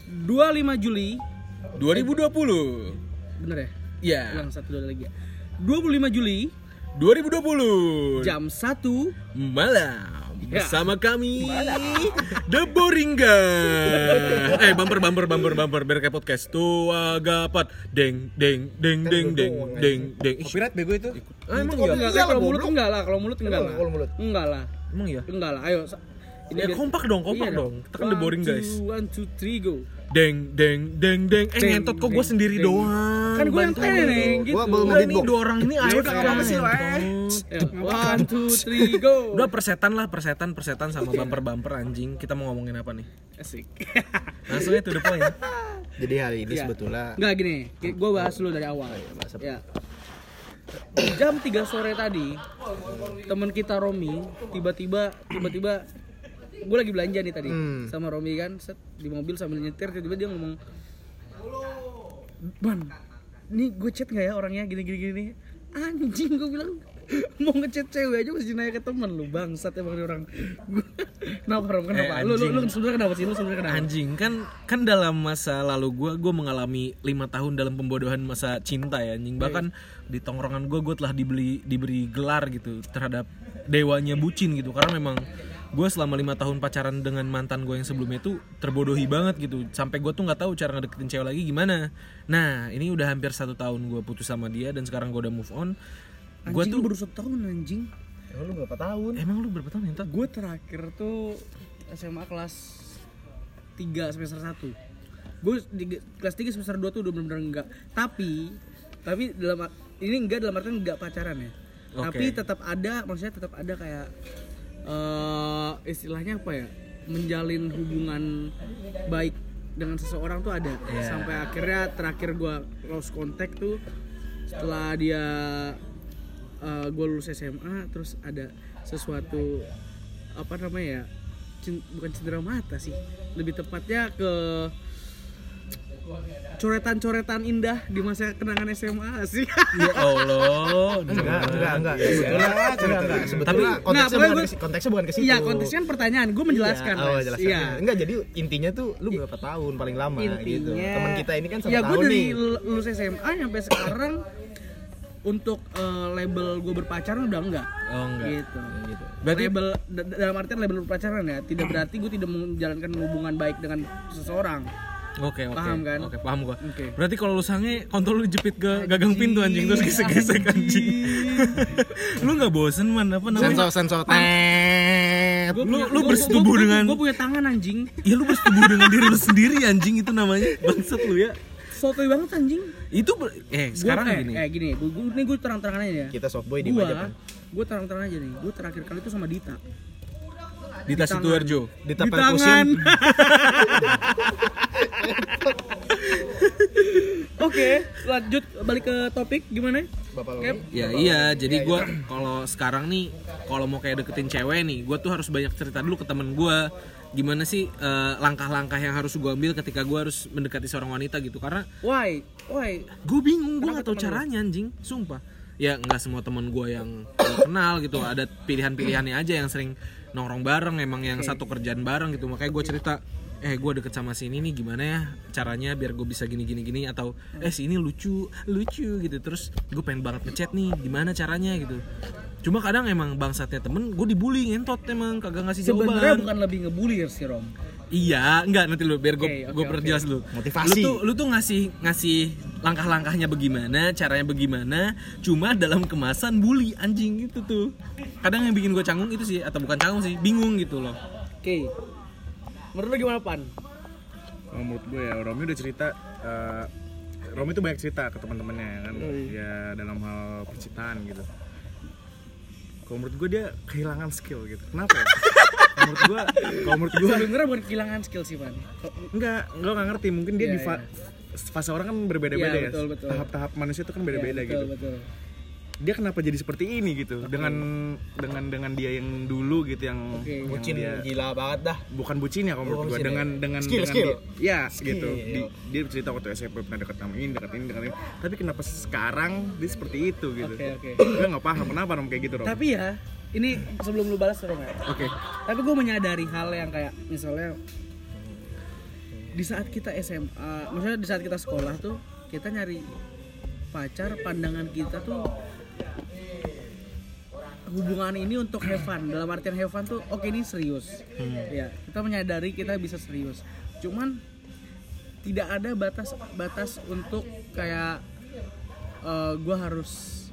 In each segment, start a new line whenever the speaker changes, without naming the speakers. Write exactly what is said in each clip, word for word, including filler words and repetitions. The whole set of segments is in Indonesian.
dua puluh lima Juli
dua ribu dua puluh.
Bener ya?
Iya.
Ulang satu dua lagi ya. dua puluh lima Juli
dua ribu dua puluh.
jam satu
malam
ya.
bersama kami The Boringga. Eh bumper bumper bumper bumper biar kayak podcast tua gapat deng deng deng deng deng deng deng.
Copyright bego itu.
Ah, emang
Oh,
ya?
enggak, kalau mulut enggak lah, kalau mulut enggak lah.
Kalau mulut.
Enggak lah.
Emang ya?
Enggak lah. Ayo. Ini
Ya, kompak dong, kompak
iya
dong. Kita kan The Boring guys.
One, two, three, go.
Deng deng deng deng. Eh
Deng,
ngentot kok gue
deng,
sendiri
deng.
doang.
Kan gue yang teneng gitu.
Gua belum
Udah
nge-beatbox.
ini dua orang ini ayo
udah, apa sih lo, eh?
Ya, one, two, three, go.
Udah persetan lah, persetan, persetan sama bumper-bumper anjing. Kita mau ngomongin apa nih?
Asik.
Langsung aja to the point.
Jadi hari ini
Iya.
sebetulnya
Enggak gini, gue bahas dulu dari awal. Ya. Jam tiga sore tadi, teman kita Romi tiba-tiba tiba-tiba gue lagi belanja nih tadi
Hmm.
sama Romi kan, set di mobil sambil nyetir, tiba-tiba dia ngomong, "Ban, nih gue chat nggak ya orangnya gini-gini gini?" Anjing, gue bilang mau ngechat cewek aja mesti nanya ke temen lu, bangsat emang nih orang. Gua- Kenapa Rom? Kenapa?
Eh,
lu lu
anjing.
lu sebenarnya kenapa sih? Lu sebenarnya kenapa?
Anjing kan kan dalam masa lalu gue gue mengalami lima tahun dalam pembodohan masa cinta ya anjing. Bahkan di tongkrongan gue gue telah dibeli diberi gelar gitu terhadap dewanya bucin gitu, karena memang gue selama lima tahun pacaran dengan mantan gue yang sebelumnya itu terbodohi banget gitu, sampai gue tuh nggak tahu cara ngedeketin cewek lagi gimana. Nah ini udah hampir satu tahun gue putus sama dia dan sekarang gue udah move on. Gue
Anjing,
tuh
baru satu tahun anjing.
Emang lu berapa tahun?
emang lu berapa tahun ya? Tat?
Gue terakhir tuh S M A kelas tiga semester satu. Gue di kelas tiga semester dua tuh udah bener-bener enggak. Tapi tapi dalam ini enggak dalam artian enggak pacaran ya.
Oke.
Tapi tetap ada, maksudnya tetap ada kayak eh istilahnya apa ya? Menjalin hubungan baik dengan seseorang tuh ada.
Yeah.
Sampai akhirnya terakhir gue lost contact tuh setelah dia uh, gue lulus S M A, terus ada sesuatu apa namanya ya, cin- bukan cindera mata sih, lebih tepatnya ke coretan-coretan indah di masa kenangan S M A sih.
Ya Allah.
Enggak, enggak, enggak. Sebetulnya enggak, enggak. Sebetulnya
Tapi-
konteksnya
Nah, pokoknya
bukan
gua-
ke si- konteksnya bukan ke situ.
Iya, konteksnya kan pertanyaan, gue menjelaskan.
Iya, oh,
Mas.
jelaskan.
Iya.
Enggak, jadi intinya tuh lu berapa tahun paling lama gitu. Teman kita ini kan satu
ya gue
tahun
dari
nih.
l- lulus S M A sampai sekarang untuk eh, label gue berpacaran udah enggak.
Oh enggak.
Gitu.
Ya, gitu. Berarti
label d- dalam artian label berpacaran ya, tidak berarti gue tidak menjalankan hubungan baik dengan seseorang.
Oke oke.
Paham kan?
Oke, paham gua.
Oke.
Berarti kalau lu sange kontol lu jepit ke gagang pintu anjing terus gesek-gesek anjing. Lu enggak bosen man apa namanya?
Sensor sensor tet.
Gua
Lu-
punya-
lu
gua-
bersetubuh
gua- gua-
dengan-
gua punya tangan anjing.
Ya lu bersetubuh dengan diri lu sendiri anjing, itu namanya. Bangsat lu ya.
Sotoy banget anjing.
Itu ber- eh sekarang
Gua, eh,
gini.
Eh gini, gua, gua, ini gue terang-terangan aja ya.
Kita softboy di
Gua,
aja, Pan.
gue terang-terang aja nih. Gue terakhir kali itu sama Dita.
Dita
tangan.
Situarjo.
Di
Di tangan.
tangan.
Oke, lanjut balik ke topik gimana?
Bapak lu.
Cap?
Ya iya, jadi gua kalau sekarang nih kalau mau kayak deketin cewek nih, gua tuh harus banyak cerita dulu ke temen gua. Gimana sih eh, langkah-langkah yang harus gua ambil ketika gua harus mendekati seorang wanita gitu, karena
Why? Why?
gue bingung, gue
Kenapa
nggak tahu
temen lu?
caranya anjing, sumpah. Ya nggak semua teman gue yang gua kenal gitu, ada pilihan-pilihannya aja yang sering nongkrong bareng, emang yang
Oke.
satu kerjaan bareng gitu. Makanya gue cerita, eh gue deket sama si ini nih, gimana ya caranya biar gue bisa gini-gini-gini, atau eh si ini lucu, lucu gitu. Terus gue pengen banget ngechat nih, gimana caranya gitu. Cuma kadang emang bangsatnya temen, gue dibully ngentot emang, kagak ngasih jawaban.
Sebenarnya bukan lebih ngebully ya si Rom.
Iya, enggak nanti lu biar gue
Oke, oke,
gue
oke.
perjelas lu.
Motivasi.
Lu tuh lu tuh ngasih ngasih langkah-langkahnya bagaimana, caranya bagaimana, cuma dalam kemasan bully anjing gitu tuh. Kadang yang bikin gue canggung itu sih, atau bukan canggung sih, bingung gitu loh.
Oke. Menurut lu gimana, Pan?
Kalau menurut gue ya, Romi udah cerita, uh, Romi tuh banyak cerita ke teman-temannya kan,
Oh, iya.
ya dalam hal percintaan gitu. Kalau menurut gue dia kehilangan skill gitu. Kenapa ya? Kalau menurut gue, kalau menurut gue
Sebenarnya bukan kehilangan skill sih, Pan.
enggak, enggak nggak ngerti. Mungkin dia
Iya,
di fa- fase orang kan berbeda-beda
Iya,
ya.
betul, betul.
Tahap-tahap manusia itu kan beda-beda
Ya, betul,
gitu.
Betul.
Dia kenapa jadi seperti ini gitu? Dengan dengan dengan dia yang dulu gitu yang
Oke.
yang
Bucin
dia
gila banget dah.
bukan bucin ya kalau menurut
Oh,
gue,
bucin ya?
dengan dengan
Skill,
dengan
skill.
dia- ya
Skill.
gitu. Di- dia cerita waktu S M P pernah dekat sama ini, dekat ini, dekat ini. Tapi kenapa sekarang dia seperti itu gitu?
Oke, oke.
Gue nggak paham kenapa Rom kayak gitu Rom.
Tapi ya, ini sebelum lu balas Rom ya.
Oke.
Tapi gue menyadari hal yang kayak misalnya di saat kita S M A, maksudnya di saat kita sekolah tuh kita nyari pacar, pandangan kita tuh hubungan ini untuk have fun. Dalam artian have fun tuh oke okay, ini serius. Hmm. Ya, kita menyadari kita bisa serius. Cuman tidak ada batas-batas untuk kayak uh, gue harus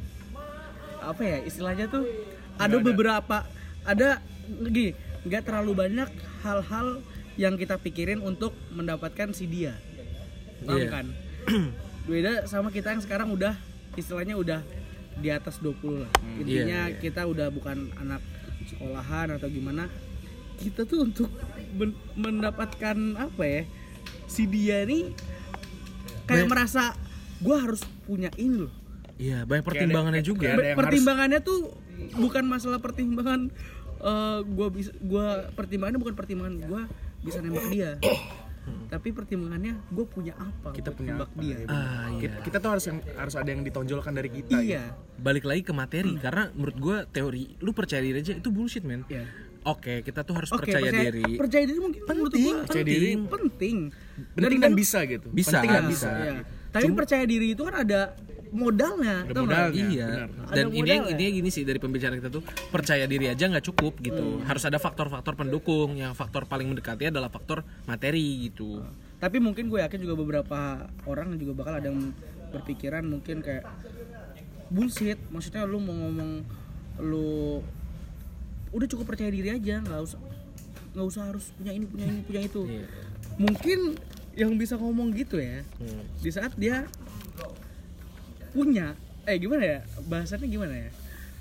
apa ya istilahnya tuh ada, ada beberapa ada gini nggak terlalu banyak hal-hal yang kita pikirin untuk mendapatkan si dia, paham yeah. kan? Beda sama kita yang sekarang udah istilahnya udah di atas dua puluh lah. Hmm, intinya yeah, yeah. kita udah bukan anak sekolahan atau gimana. Kita tuh untuk men- mendapatkan apa ya? Si dia nih kayak banyak, merasa gue harus punya ini loh.
Iya, banyak pertimbangannya ada, juga.
Ber- pertimbangannya harus... tuh bukan masalah pertimbangan uh, gue bisa gue pertimbangannya bukan pertimbangan gue bisa nembak dia. Hmm. Tapi pertimbangannya gue punya apa
kita punya
nembak
apa,
dia.
Ya,
ah, iya.
kita, kita tuh harus yang, harus ada yang ditonjolkan dari kita.
Iya.
Ya.
Balik lagi ke materi hmm. karena menurut gue teori lu percaya diri aja itu bullshit, men.
Iya.
Oke, kita tuh harus
Oke,
percaya,
percaya
diri.
Percaya diri mungkin
penting,
menurut gua
percaya
penting,
diri
penting.
Penting dan, dan bisa gitu.
Bisa,
penting dan bisa.
Ya.
Gitu.
Tapi Cuma, percaya diri itu kan ada modalnya,
ada modalnya.
Iya.
Benar.
Dan ini ini gini sih dari pembicaraan kita tuh percaya diri aja nggak cukup gitu. Hmm. Harus ada faktor-faktor pendukung. Yang faktor paling mendekati adalah faktor materi gitu.
Tapi mungkin gue yakin juga beberapa orang juga bakal ada yang berpikiran mungkin kayak bullshit. Maksudnya lu mau ngomong lu udah cukup percaya diri aja, nggak usah nggak usah harus punya ini punya ini punya itu. Yeah. Mungkin yang bisa ngomong gitu ya hmm. di saat dia punya eh gimana ya bahasannya gimana ya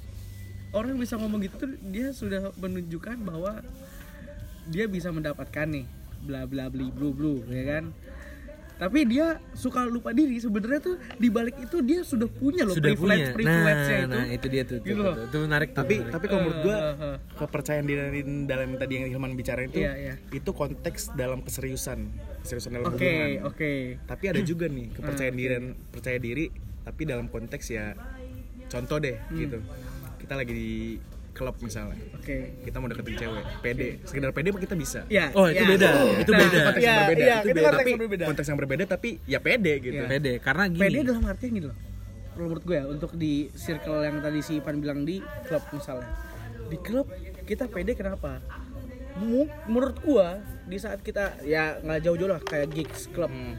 orang bisa ngomong gitu tuh dia sudah menunjukkan bahwa dia bisa mendapatkan nih bla bla bli blu blu ya kan. Tapi dia suka lupa diri sebenarnya tuh di balik itu dia sudah punya loh
sudah
privilege
punya.
privilege-nya
nah,
itu.
Nah, itu dia tuh.
Gitu
tuh,
loh.
Tuh, tuh menarik tuh.
Tapi
menarik.
tapi kalau menurut gua
uh, uh, uh.
kepercayaan diri dalam tadi yang Hilman bicara itu
Iya, iya.
itu konteks dalam keseriusan, keseriusan dalam
Oke,
hubungan.
okay, oke. Okay.
Tapi ada juga nih kepercayaan
Uh,
diri dan percaya diri tapi dalam konteks ya contoh deh
Hmm.
gitu. Kita lagi di klub misalnya.
Oke. Okay.
Kita mau deketin cewek, pede. Sekedar pede kita bisa.
Ya,
oh, itu
ya.
beda.
Oh,
itu
nah,
beda.
Konteks
ya,
yang berbeda.
ya,
itu
itu
beda.
konteks
Tapi
yang berbeda.
konteks yang berbeda tapi ya pede gitu.
Ya.
Pede karena gini.
Pede dalam artian gini loh. Kalau menurut gue ya untuk di circle yang tadi si Ipan bilang di klub misalnya. Di klub kita pede kenapa? Menurut gue di saat kita ya nggak jauh-jauh lah kayak gigs club. Hmm.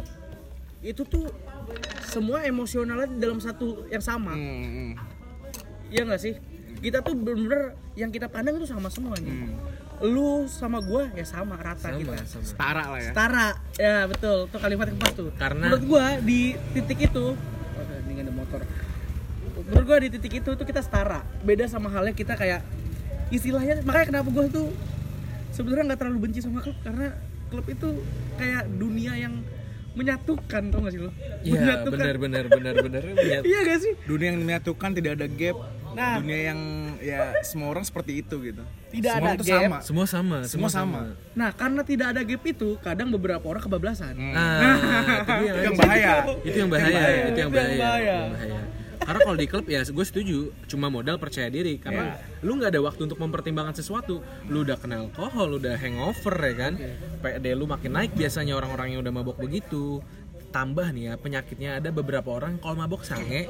Itu tuh semua emosionalnya dalam satu yang sama. Hmm. Iya nggak sih? Kita tuh bener-bener yang kita pandang itu sama semuanya. Hmm. Lu sama gue ya sama rata
sama,
kita.
Sama.
Setara lah ya.
Setara. Ya betul. Itu kalimat yang pas tuh.
Karena
menurut gue di titik itu, oh, ini ada motor. Menurut gue di titik itu tuh kita setara. Beda sama halnya kita kayak istilahnya. Makanya kenapa gue tuh sebenarnya nggak terlalu benci sama klub karena klub itu kayak dunia yang menyatukan, tau gak sih lo?
Iya benar benar benar benar.
Iya gak sih?
Dunia yang menyatukan, tidak ada gap.
Nah,
dunia yang ya semua orang seperti itu gitu.
Tidak
semua
ada
itu
gap.
sama.
Semua sama.
Semua sama.
Nah, karena tidak ada gap itu, kadang beberapa orang kebablasan.
Hmm. Nah, itu yang,
yang bahaya.
Itu yang bahaya. Itu yang bahaya. Itu yang bahaya.
bahaya.
Yang bahaya. Karena kalau di klub ya gue setuju, cuma modal percaya diri karena yeah. lu nggak ada waktu untuk mempertimbangkan sesuatu. Lu udah kena alkohol, lu udah hangover ya kan. Okay. P D lu makin naik biasanya orang-orang yang udah mabok begitu. Tambah nih ya penyakitnya ada beberapa orang kalau mabok sange.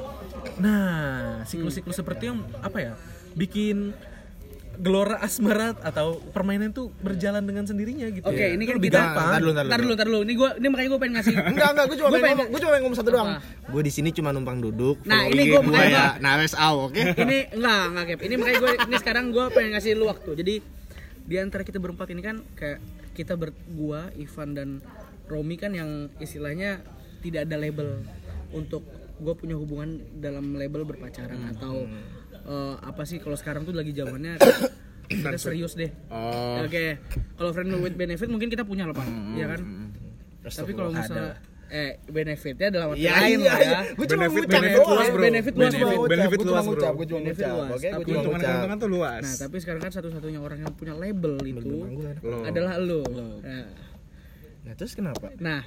Nah, siklus-siklus hmm. seperti yang apa ya? Bikin gelora asmara atau permainan tuh berjalan dengan sendirinya gitu.
Oke, okay,
ya.
ini kan
lebih
kita
gampang.
Tar dulu,
tar dulu, tar dulu. Ini gua ini makanya gua pengen ngasih.
enggak, enggak, gua cuma
gua
pengen
pengen,
gua cuma pengen ngomong satu doang. Gua di sini cuma numpang duduk.
Nah, ini gua
gua ya. Nah, wes out, oke?
Ini enggak, enggak Cap. Ini makanya gua ini sekarang gua pengen ngasih lu waktu. Jadi di antara kita berempat ini kan kayak kita ber gua, Ivan dan Romi kan yang istilahnya tidak ada label untuk gua punya hubungan dalam label berpacaran hmm. atau uh, apa sih kalau sekarang tuh lagi zamannya kita serius deh. Oh. Oke. Okay. Kalau friend with benefit mungkin kita punya lah Pak. Iya kan? Tapi kalau misalnya eh benefitnya dalam arti
ya,
lain
iya,
lah
iya.
ya.
Gue cuma
benefit,
ngucap
benefit luas, bro.
Benefit luas,
benefit,
bro.
benefit luas, bro.
Gue cuma
Benefit
ngucap.
luas.
Oke, gue
Tapi
cuma
untungan
ngucap.
untungan tuh luas.
Nah, tapi sekarang kan satu-satunya orang yang punya label itu
Lo.
adalah lo. Nah.
Nah, terus kenapa?
Nah,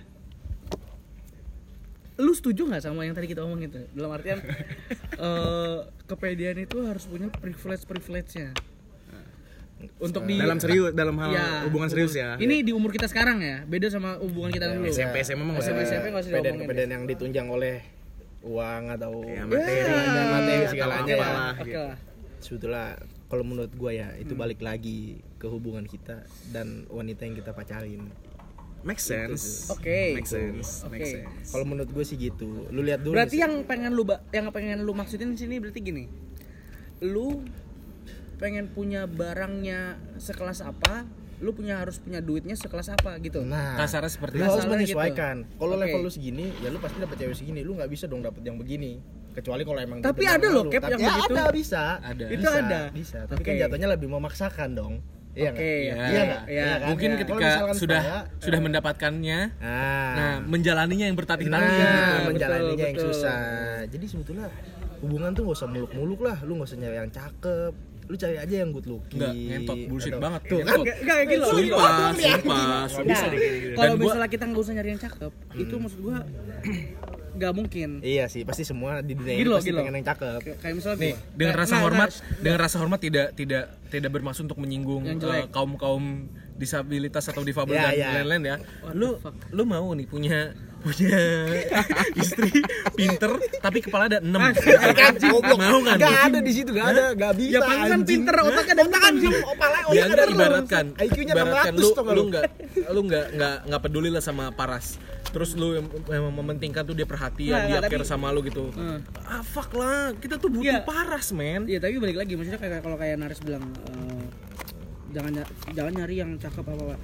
lu setuju nggak sama yang tadi kita omong itu? Dalam artian uh, kepedean itu harus punya privilege privilege-nya. Untuk di
dalam serius, dalam hal
ya,
hubungan serius ya.
Ini di umur kita sekarang ya, beda sama hubungan kita dulu.
S M P S M A mah
S M P S M P nggak usah diomongin.
kepedean-kepedean yang ditunjang oleh uang atau
Ya, materi,
ya, materi
atau
segalanya ya.
apalah,
Oke
gitu.
lah.
Sebetulnya kalau menurut gua ya itu balik lagi ke hubungan kita dan wanita yang kita pacarin.
Make sense.
Oke.
Make sense. Make
Oke.
sense.
Kalau menurut gue sih gitu. Lu lihat dulu.
Berarti
sih.
yang pengen lu ba- yang pengen lu maksudin di sini berarti gini. Lu pengen punya barangnya sekelas apa, lu punya harus punya duitnya sekelas apa gitu.
Nah,
Kasarnya seperti
lu harus
Kasarnya
menyesuaikan. Kalau
Oke.
level lu segini, ya lu pasti dapat cewek segini. Lu nggak bisa dong dapat yang begini. Kecuali kalau emang
Tapi
dia
ada
benar
loh,
lu.
Cap,
Tapi
yang
ya
begitu.
ada bisa.
Ada.
Itu
Bisa,
ada.
Bisa. Tapi
Oke.
kan jatuhnya lebih memaksakan dong. Iya
Oke,
nggak?
ya.
Iya nggak?
Iya.
Iya kan?
mungkin
Kalau
ketika
misalkan
sudah
saya,
sudah mendapatkannya,
Nah,
nah menjalaninya yang bertatih-tatih
nah
gitu.
betul,
menjalaninya yang
betul.
susah. Jadi sebetulnya hubungan tuh gak usah muluk-muluk lah. Lu gak usah nyari yang cakep. Lu cari aja yang good looking.
Enggak, ngentot, bullshit
Atau-
banget.
Tuh kan?
Enggak enggak kayak gitu.
Sumpah, sumpah, sumpah.
Nah,
Dan
kalau
gua-
misalnya kita nggak usah nyari yang cakep, itu maksud gua nggak mungkin.
Iya sih, pasti semua di dunia ini
Gila,
pasti
gila.
pengen yang cakep.
Kayak kayak misalnya
Nih,
gua.
dengan
Nah,
rasa
nah,
hormat,
nah,
dengan rasa hormat tidak tidak tidak bermaksud untuk menyinggung
Yang jelek.
eh, kaum-kaum disabilitas atau difabel
Ya,
dan
ya.
lain-lain ya.
What
Lu
the fuck?
lu mau nih punya punya istri pinter tapi kepala ada enam.
Kan goblok.
Mau kan?
Enggak ada di situ, enggak ada, enggak bisa.
Ya pantesan
anjing.
pinter otaknya dan
Otak anjing, opala
Ya
otak
enggak
ada
ibaratkan,
I Q-nya
ibaratkan
enam
lu
ratus tuh
lu enggak lu enggak enggak enggak peduli lah sama Paras. Terus lu yang yang mementingkan tuh dia perhatian,
Nggak,
dia
nggak,
care
tapi-
sama lu gitu.
Hmm.
Ah fuck lah, kita tuh butuh
Iya.
Paras, men.
Iya tapi balik lagi maksudnya kayak kalau kayak Naris bilang eh, jangan ny- jangan nyari yang cakep apa apa.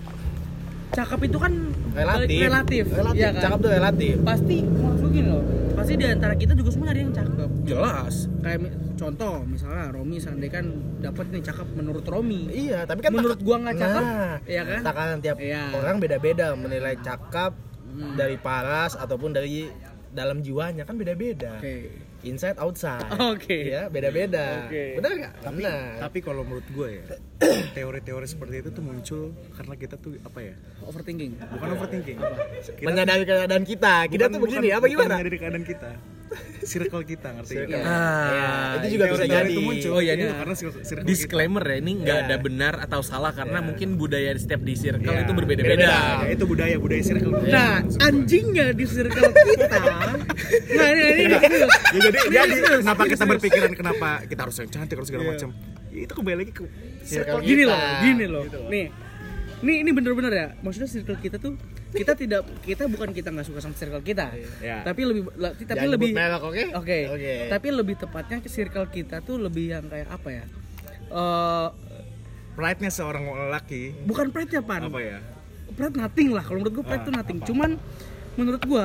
Cakep itu kan
Relatif.
relatif,
Relatif.
iya kan?
Cakep tuh relatif.
Pasti maksud gini loh. Pasti di antara kita juga semua nyari yang cakep.
Jelas.
Kayak mi- contoh misalnya Romi seandainya kan dapat nih cakep menurut Romi.
Iya, tapi kan
Menurut
tak-
gua nggak cakep,
Nah,
iya kan?
takaran tiap
Iya.
orang beda-beda menilai cakep
Hmm.
dari paras ataupun dari dalam jiwanya kan beda-beda.
Oke.
Inside outside.
Oke.
Ya, beda-beda.
Oke.
Benar enggak?
Tapi
Benar.
tapi kalau menurut gue ya, teori-teori seperti itu tuh muncul karena kita tuh apa ya?
Overthinking.
Bukan overthinking. Kita,
menyadari keadaan kita. Kita
bukan-
tuh begini
bukan-
apa
bukan
gimana?
menyadari keadaan kita. Circle kita, ngerti
Circle.
nggak?
Ah,
Ya, itu juga bisa
Teori-teori
jadi.
itu muncul.
Oh iya, ini
karena circle, circle
disclaimer ya, ini nggak
Iya.
ada benar atau salah karena mungkin budaya di setiap di circle
kita.
itu
Ya,
berbeda-beda.
Ya, itu budaya budaya circle.
Nah,
Maksud gua.
anjingnya di circle kita. Nah, ini ini. ini.
Ya, jadi
Ini
jadi
serius,
kenapa
ini
kita
serius.
berpikiran kenapa kita harus yang cantik harus segala
Iya.
macam. Ya, itu kembali lagi ke
Circle
Gini
kita.
loh, gini loh. Nih. Ini ini bener-bener ya. Maksudnya circle kita tuh kita tidak kita bukan kita nggak suka sama circle kita.
Ya.
Tapi lebih la- tapi
Jangan
lebih
nyebut merek, oke?
Oke.
Oke.
Tapi lebih tepatnya circle kita tuh lebih yang kayak apa ya? Eh
pride-nya seorang lelaki
bukan pride ya, Pan.
apa ya?
Pride nothing lah. Kalau menurut gue pride
Ah,
tuh nothing.
apa?
Cuman menurut gue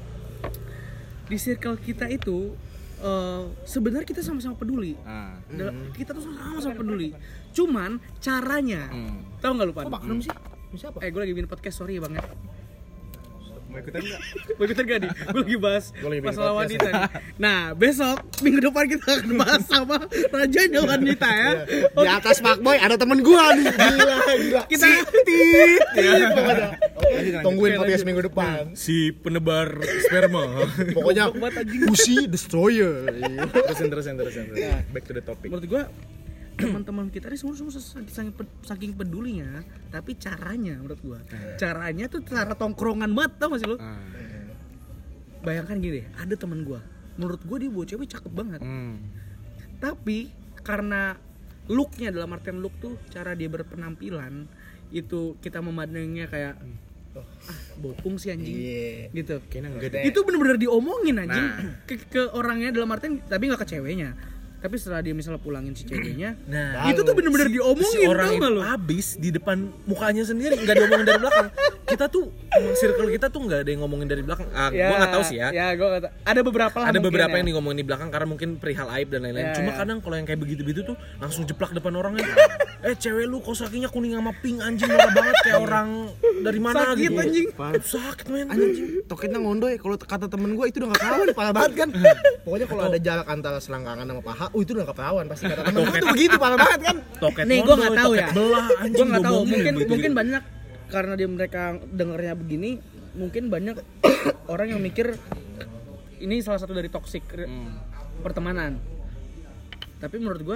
di circle kita itu eh sebenarnya kita sama-sama peduli.
Ah.
Da- Kita tuh sama-sama peduli. Cuman caranya,
Hmm.
tahu nggak lu Pan?
Kok Pak Krum sih? Siapa?
Eh gue lagi bikin podcast, sorry ya bang ya.
Mau ikutan enggak?
Mau ikutan gak nih? Gue lagi bahas
Gua lagi bikin
masalah
podcast.
wanita nih. Nah besok, minggu depan kita akan bahas sama rajanya wanita ya.
Di atas fuckboy ada temen gua nih. Gila, gila.
Kita
Tit.
Iya.
Pokoknya. Oke,
lanjut.
tungguin
Oke,
podcast
lanjut.
minggu depan.
Si penebar sperma.
Pokoknya
Goblok banget, anjing.
Pussy Destroyer. Iya.
Terusin terusin terusin. terusin.
Nah.
Back to the topic.
menurut gue teman-teman kita ini semua semua saking, saking pedulinya, tapi caranya menurut gue, caranya tuh cara tongkrongan banget, tau gak sih lo?
Ah.
Bayangkan gini deh, ada teman gue, menurut gue dia bawa cewek cakep banget,
Hmm.
tapi karena looknya, dalam artian look tuh cara dia berpenampilan itu kita memandangnya kayak ah bopung sih anjing,
Iya.
gitu.
Kayaknya enggak deh.
Itu bener-bener diomongin anjing
Nah.
ke, ke orangnya, dalam artian tapi nggak ke ceweknya. Tapi setelah dia misalnya pulangin si ceweknya,
Nah,
itu tuh bener-bener
si
diomongin,
orang
tau
itu
nggak lo?
habis di depan mukanya sendiri, nggak diomongin dari belakang. Kita tuh emang circle kita tuh nggak ada yang ngomongin dari belakang. Ah, gua nggak tahu sih ya.
Ya, gua nggak tahu. Ada beberapa lah.
Ada
mungkin
beberapa
ya.
yang ngomongin di belakang karena mungkin perihal aib dan lain-lain.
Ya,
Cuma
ya.
kadang kalau yang kayak begitu-begitu tuh langsung jeplak depan orangnya. Eh cewek lu kok kakinya kuning sama pink anjing, norak banget kayak orang dari mana
Sakit,
gitu.
anjing.
Eh, sakit men.
Anjing, toketnya ngondoy. Kalau kata temen gue itu udah gak perawan, parah banget kan. Pokoknya kalau ada jarak antara selangkangan sama paha, oh itu udah gak perawan pasti kata temen gue tuh begitu, parah banget kan.
Toket
Nih, gua
mondo,
nggak tahu
toket
ya.
belah anjing.
Gue nggak tahu.
ngomongin
Mungkin
begitu.
mungkin banyak karena dia mereka dengernya begini, mungkin banyak orang yang mikir ini salah satu dari toxic re-
Hmm.
pertemanan. Tapi menurut gue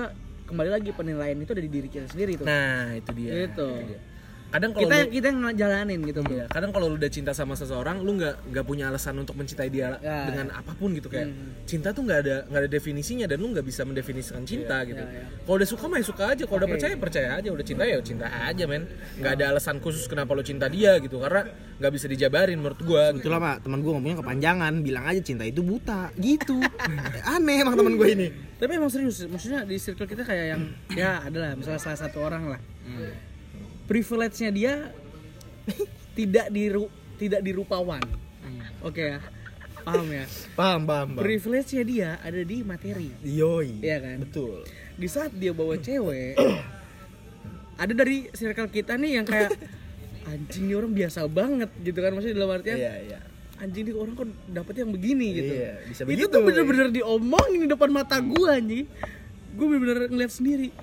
kembali lagi penilaian itu ada di diri kita sendiri tuh.
Nah itu dia.
Gitu.
Itu dia. Kadang kalau
Kita
lu,
kita yang ngejalanin gitu, Bro.
iya, kadang kalau lu udah cinta sama seseorang, lu nggak nggak punya alasan untuk mencintai dia
Ya.
dengan apapun gitu kayak
Hmm.
cinta tuh nggak ada nggak ada definisinya dan lu nggak bisa mendefinisikan cinta gitu.
ya, ya.
Kalau udah suka mah ya suka aja, kalau udah
Oke.
percaya percaya aja, udah cinta ya cinta aja men. Nggak ada alasan khusus kenapa lu cinta dia gitu karena nggak bisa dijabarin menurut gua. Gitu.
Itulah Pak, teman gue ngomongnya kepanjangan, bilang aja cinta itu buta, gitu. Aneh emang teman gue ini.
Tapi emang serius, maksudnya di circle kita kayak yang ya adalah misalnya salah satu orang lah. Privilege-nya dia tidak diru tidak dirupawan. Oke ya. Paham ya?
Paham, paham, paham.
Privilege-nya dia ada di materi.
Yoi.
Iya kan?
Betul.
Di saat dia bawa cewek, ada dari circle kita nih yang kayak anjing nih orang biasa banget gitu kan, maksudnya dalam artian
Iya, iya.
anjing nih orang kok dapet yang begini gitu.
Iya, bisa
Itu
begitu.
tuh bener-bener diomongin di depan mata gue anjing. Gue bener-bener ngeliat sendiri.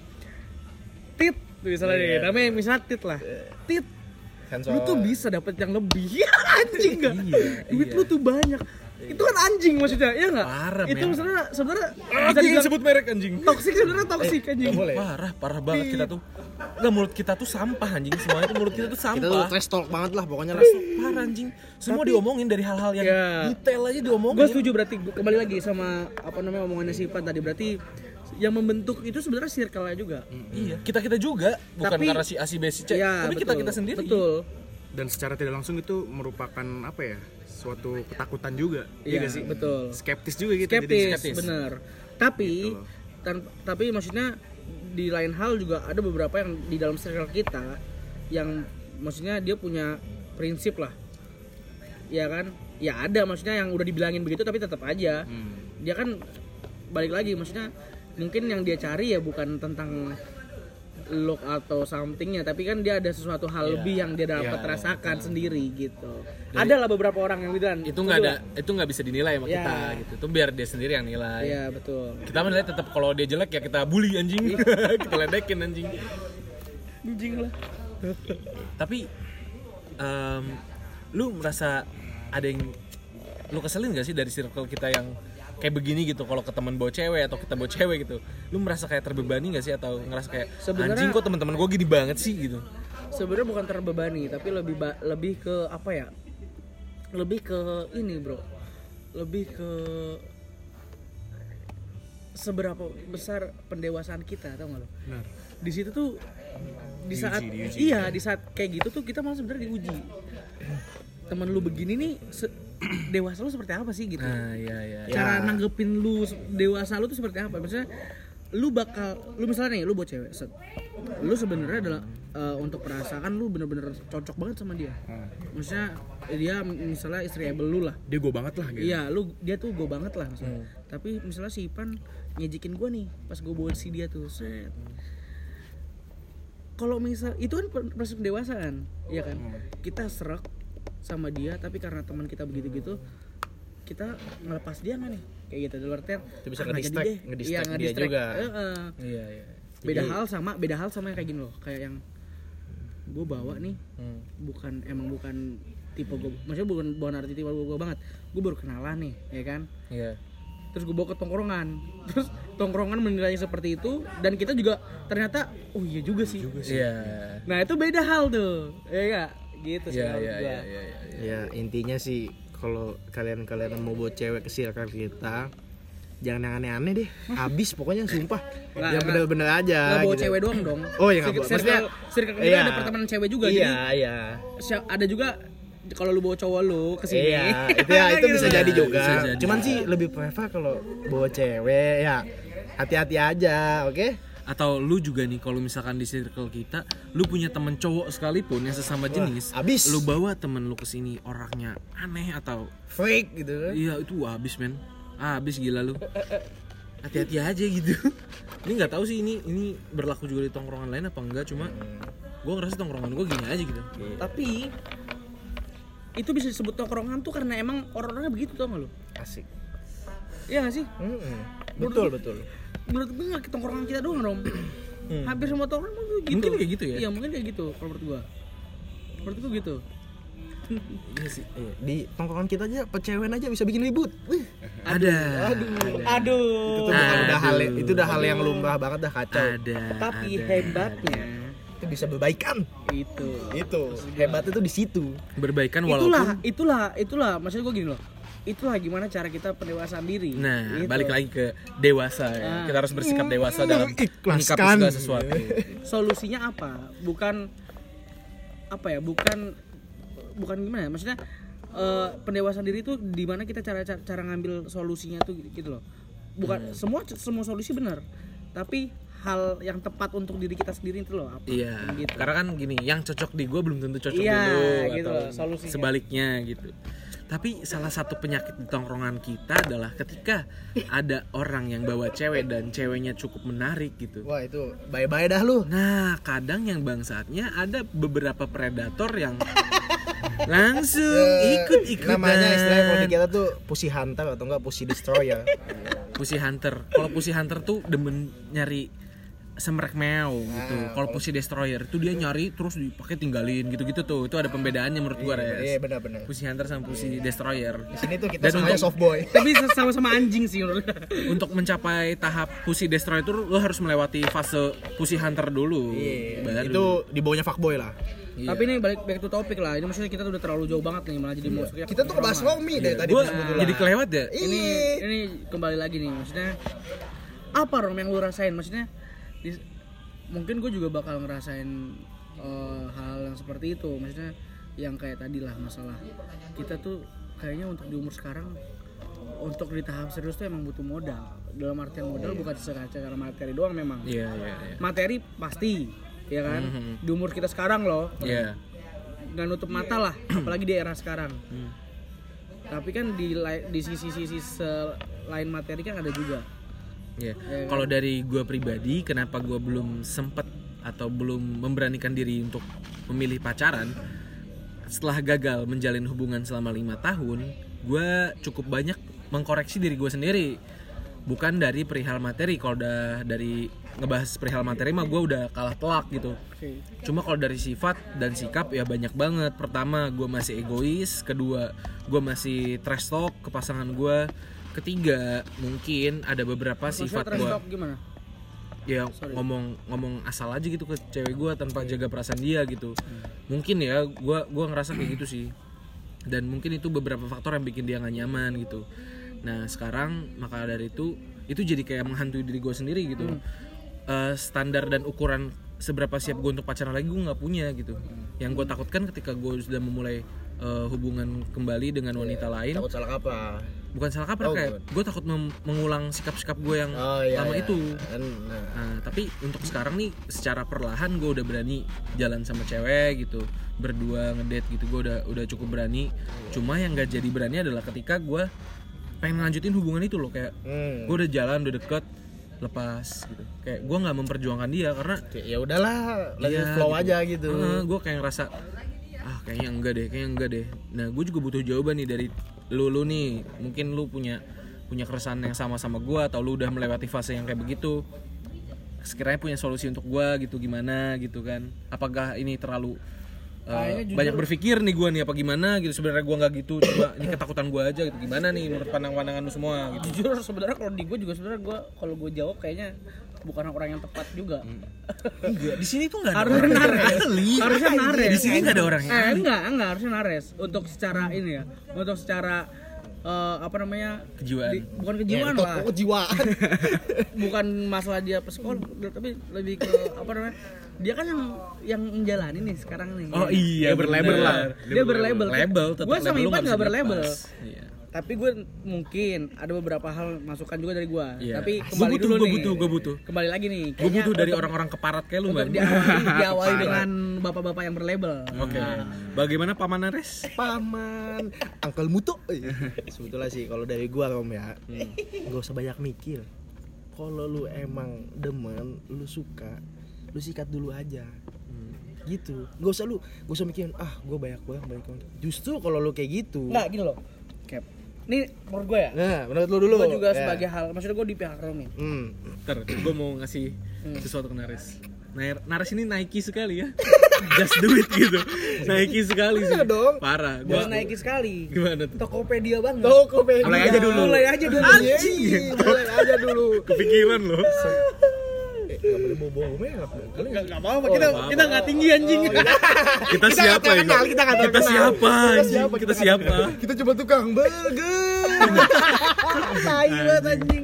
Tit, misalnya
Iya.
nih, namanya misalnya Tit lah. Tit,
Sensor.
lu tuh bisa dapet yang lebih. Anjing gak?
Iya,
Duit
iya.
lu tuh banyak. Itu kan anjing maksudnya, ya nggak?
Parah,
Itu
men.
sebenarnya sebenarnya
Aku
bisa dibilang
sebut merek anjing.
toksik, sebenarnya toksik anjing.
Nggak boleh.
Parah, parah banget kita tuh. Nggak, mulut kita tuh sampah anjing, semuanya tuh mulut kita tuh
Kita tuh
sampah.
trash talk banget lah pokoknya lah.
Parah anjing. Semua diomongin dari hal-hal yang
Ya.
detail aja diomongin.
Gue setuju berarti gua kembali lagi sama apa namanya omongannya Sipan tadi, berarti yang membentuk itu sebenarnya circle-nya juga.
Iya, kita-kita juga, bukan
Tapi-
karena si A si B si C,
Ya,
tapi
betul.
kita-kita sendiri.
Betul.
Dan secara tidak langsung itu merupakan apa ya, suatu ketakutan juga.
Iya
gak sih?
betul.
Skeptis juga gitu.
Skeptis,
jadi
skeptis.
bener. Tapi
Gitu loh.
tan- tapi maksudnya di lain hal juga ada beberapa yang di dalam circle kita yang maksudnya dia punya prinsip lah. Ya kan? Ya ada maksudnya yang udah dibilangin begitu tapi tetap aja.
Hmm.
Dia kan balik lagi maksudnya mungkin yang dia cari ya bukan tentang look atau somethingnya, tapi kan dia ada sesuatu hal
Iya.
lebih yang dia dapat
Iya,
rasakan sendiri gitu.
Dari-
Ada lah beberapa orang yang bilang
Itu nggak ada, itu nggak bisa dinilai sama
Ya.
kita gitu. Itu biar dia sendiri yang nilai.
Iya betul.
Kita menilai tetap kalau dia jelek ya kita bully anjing, kita ledekin anjing.
Anjing lah.
Tapi em, lu merasa ada yang lu keselin gak sih dari circle kita yang kayak begini gitu, kalau ke teman bawa cewek atau kita bawa cewek gitu, lu merasa kayak terbebani gak sih atau ngerasa kayak
Sebenarnya-
anjing kok teman-teman gue gini banget sih gitu?
Sebenarnya bukan terbebani, tapi lebih ba- lebih ke apa ya? Lebih ke ini, Bro. Lebih ke seberapa besar pendewasaan kita, tau gak lo?
Benar.
Di situ tuh di
Diuji,
saat
diuji.
iya, di saat kayak gitu tuh kita malah sebenarnya diuji. Temen lu begini nih se- dewasa lu seperti apa sih gitu?
Nah, iya iya. iya.
Cara nanggepin lu dewasa lu tuh seperti apa? Maksudnya lu bakal lu misalnya nih lu buat cewek set. Lu sebenarnya adalah uh, untuk perasaan lu bener-bener cocok banget sama dia. Maksudnya dia misalnya istri able lu lah.
Dia gue banget lah gitu.
Iya, lu dia tuh gue banget lah misalnya. Tapi misalnya si Ipan ngejekin gue nih pas gue bawa si dia tuh set. Kalau misal itu kan proses pendewasaan, ya kan? Kita serak sama dia tapi karena teman kita begitu-gitu kita ngelepas dia nggak nih kayak gitu dalam artian
Itu bisa
ah, nggak jadi
ngedistract-
deh.
ngedistract
Iya,
dia
ngedistract.
juga.
Heeh.
Iya iya.
Beda
Jadi-
hal sama beda hal sama yang kayak gini loh, kayak yang gue bawa nih
Hmm.
bukan emang bukan tipe gue, maksudnya bukan bukan arti tipe gue banget, gue baru kenalan nih ya kan,
Iya.
terus gue bawa ke tongkrongan, terus tongkrongan menilai seperti itu dan kita juga ternyata oh iya juga sih,
Iya.
nah itu beda hal tuh ya gak gitu sih
Iya
menurut
iya
gua.
iya iya. iya.
Ya intinya sih kalau kalian-kalian mau buat cewek ke circle kita, jangan yang aneh-aneh deh. Abis pokoknya sumpah.
Nggak,
yang
nggak.
bener-bener aja.
Nggak bawa
gitu.
cewek doang dong.
Oh iya nggak
Circle-
bawa. Maksudnya
circle- circle kita
iya.
ada pertemanan cewek juga,
Iya
jadi
iya.
si- ada juga kalau lu bawa cowok lu kesini.
Iya, itu ya itu
Gitu
bisa
kan.
jadi juga.
Bisa jadi.
Cuman sih lebih prefer kalau bawa cewek ya. Hati-hati aja, oke?
Atau lu juga nih kalau misalkan di circle kita lu punya temen cowok sekalipun yang sesama jenis,
abis.
lu bawa temen lu kesini orangnya aneh atau
Freak gitu kan.
iya itu habis men, habis gila lu. Hati-hati aja gitu. Ini nggak tahu sih ini ini berlaku juga di tongkrongan lain apa enggak, cuma gue ngerasa tongkrongan gue gini aja gitu.
Tapi itu bisa disebut tongkrongan tuh karena emang orang-orangnya begitu tuh nggak lu?
Asik.
Iya nggak sih?
Mm-mm. Betul betul.
Menurut gue nggak tongkrongan kita doang dong. Hampir semua tongkrongan tuh gitu.
Mungkin kayak gitu ya?
Iya mungkin kayak gitu kalau menurut gue. Menurut gue gitu.
Iya sih. Iya. Di tongkrongan kita aja pecewen aja bisa bikin ribut. Wih.
Ada.
Aduh.
Aduh.
Itu tuh bukan udah hal itu udah hal yang lumrah banget dah kacau.
Ada.
Tapi
ada.
hebatnya
Itu bisa berbaikan.
itu.
Itu. Hebatnya tuh di situ.
Berbaikan
Itulah,
walaupun
itulah, itulah. Maksud gue gini loh. Itulah gimana cara kita pendewasaan diri.
Nah,
Gitu.
balik lagi ke dewasa ya.
Ah.
Kita harus bersikap dewasa dalam
Ikhlaskan.
menyikapi segala sesuatu.
Solusinya apa? Bukan apa ya? Bukan bukan gimana ya? Maksudnya eh, pendewasaan diri itu di mana kita cara, cara cara ngambil solusinya tuh gitu loh. Bukan semua semua solusi benar. Tapi hal yang tepat untuk diri kita sendiri itu loh apa?
Iya,
Gitu.
karena kan gini, yang cocok di gue belum tentu cocok
Iya,
di lu
gitu
atau
loh, solusinya.
sebaliknya gitu. Tapi salah satu penyakit di tongkrongan kita adalah ketika ada orang yang bawa cewek dan ceweknya cukup menarik gitu.
Wah, itu bye-bye dah lu.
Nah, kadang yang bangsatnya ada beberapa predator yang langsung ikut-ikutan.
Namanya istilahnya kalau di kita tuh pussy hunter atau enggak pussy destroyer.
Pussy hunter. Kalau pussy hunter tuh demen nyari semrek meow gitu.
Nah,
Kalau pussy destroyer itu dia nyari terus dipakai tinggalin gitu-gitu tuh. Itu ada pembedaannya menurut gua, Res.
Iya, benar-benar.
Pussy hunter sama pussy destroyer.
Di sini tuh kita
Dan
semuanya
untuk-
soft boy.
Tapi sama-sama anjing sih menurut gue.
Untuk mencapai tahap pussy destroyer itu lo harus melewati fase pussy hunter dulu.
Iya,
Baru.
itu di bawahnya fuckboy lah.
Iya.
Tapi ini balik back to topik lah. Ini maksudnya kita tuh udah terlalu jauh banget nih malah jadi mau
Kita tuh ngebahas Romi deh tadi
Gua
sebetulnya.
jadi kelewat ya.
ini ini kembali lagi nih maksudnya apa Rom yang lu rasain maksudnya di, mungkin gue juga bakal ngerasain uh, hal yang seperti itu maksudnya yang kayak tadi lah masalah kita tuh kayaknya untuk di umur sekarang untuk di tahap serius tuh emang butuh modal dalam artian modal bukan secara materi doang memang
Iya, iya, iya.
materi pasti ya kan
Mhm.
di umur kita sekarang loh
Iya.
nggak nutup mata lah apalagi di era sekarang
Hmm.
tapi kan di lai- di sisi-sisi selain materi kan ada juga.
Iya.
Ya kan?
Kalau dari gue pribadi, kenapa gue belum sempet atau belum memberanikan diri untuk memilih pacaran? Setelah gagal menjalin hubungan selama lima tahun, gue cukup banyak mengkoreksi diri gue sendiri. Bukan dari perihal materi. Kalau udah dari ngebahas perihal materi mah gue udah kalah telak gitu.
Oke.
Cuma kalau dari sifat dan sikap ya banyak banget. Pertama, gue masih egois. Kedua, gue masih trash talk ke pasangan gue. Ketiga, mungkin ada beberapa sifat
Maksudnya
gue
trash talk gimana?
ya ngomong ngomong asal aja gitu ke cewek gue tanpa jaga perasaan dia gitu. Mungkin ya gue gue ngerasa kayak gitu sih. Dan mungkin itu beberapa faktor yang bikin dia nggak nyaman gitu. Nah sekarang maka dari itu itu jadi kayak menghantui diri gue sendiri gitu. Eh, standar dan ukuran seberapa siap gue untuk pacaran lagi gue nggak punya gitu. Yang gue takutkan ketika gue sudah memulai eh, hubungan kembali dengan wanita lain,
Takut salah kaprah.
bukan salah kaprah
Oh,
kayak gue takut mem- mengulang sikap-sikap gue yang
Oh, iya,
lama
iya.
itu.
Nah,
Nah, tapi untuk sekarang nih secara perlahan gue udah berani jalan sama cewek gitu, berdua ngedate gitu, gue udah udah cukup berani. Cuma yang gak jadi berani adalah ketika gue pengen lanjutin hubungan itu loh, kayak
hmm.
gue udah jalan udah deket lepas gitu, kayak gue nggak memperjuangkan dia karena
Kayak, ya udahlah, let it
iya,
flow
gitu.
aja gitu.
gue kayak ngerasa ah kayaknya enggak deh, kayaknya enggak deh. Nah gue juga butuh jawaban nih dari lu lu nih, mungkin lu punya punya keresahan yang sama sama gue atau lu udah melewati fase yang kayak begitu. Sekiranya punya solusi untuk gue gitu gimana gitu kan? Apakah ini terlalu uh,
Kayaknya jujur-
banyak berpikir nih gue nih apa gimana gitu? Sebenarnya gue nggak gitu, coba ini ketakutan gue aja gitu. Gimana nih menurut pandang-pandangan lu semua gitu?
Jujur sebenarnya kalau di gue juga sebenarnya gue kalau gue jawab kayaknya bukan orang yang tepat juga.
Enggak, di sini tuh nggak ada
Harusnya
orang yang
nares.
ahli.
Harusnya nares.
Di sini nggak ada orang yang
Eh,
ahli.
enggak, enggak harusnya nares untuk secara ini ya. Untuk secara eh, apa namanya?
Kejiwaan.
di- bukan
Ya,
kejiwaan
untuk
lah.
kejiwaan.
Bukan masalah dia psikolog, tapi lebih ke apa namanya? Dia kan yang yang menjalani nih sekarang nih.
Oh iya,
Dia berlabel
bener.
lah. Dia berlabel.
Label, tetap
Gue sama
label lu
Ipan
nggak
nggak
bisa
berlabel.
dilepas. Iya.
Tapi gue mungkin ada beberapa hal masukan juga dari gue.
Iya.
Tapi
Gua
kembali
butuh,
dulu
gua
nih.
butuh, gua butuh.
Kembali lagi nih.
Gue
Kayaknya
butuh dari
untuk-
orang-orang keparat kayak lu,
untuk
Ban.
diawali, diawali
Parah.
dengan bapak-bapak yang berlabel.
Oke. Bagaimana Paman Ares?
Paman, Uncle Muto. Sebetulnya sih kalau dari gua Rom ya, gak usah banyak mikir. Kalau lu emang demen, lu suka, lu sikat dulu aja. Gitu. Gak usah lu, gak usah mikirin ah gua banyak banget banyak banget. Justru kalau lu kayak gitu.
Enggak gini loh. Cap. Ini menurut gue ya.
Nah, menurut lu dulu.
Gue juga
Ya.
sebagai hal, maksudnya gue di pihak Romi.
Hmm.
Ntar, gue mau ngasih sesuatu ke Nares. Nah, Nares ini Nike sekali ya. just do it gitu. Naiki sekali sih.
Iya dong.
Parah.
Gua
Gua
naikin sekali.
gimana tuh?
Tokopedia banget.
Tokopedia.
Mulai aja dulu.
Mulai aja dulu.
Anjing. Mulai aja dulu.
Kepikiran loh.
Eh, enggak boleh bobo merek. Kali
Enggak enggak apa-apa kita
apa-apa.
kita enggak tinggi anjing.
Kita siapa
nggak
ini?
kenal, kita nggak
Kita
terkenal.
siapa?
Kita
anjing?
siapa?
Kita
Kita
siapa?
Kita coba tukang burger.
Tai banget anjing.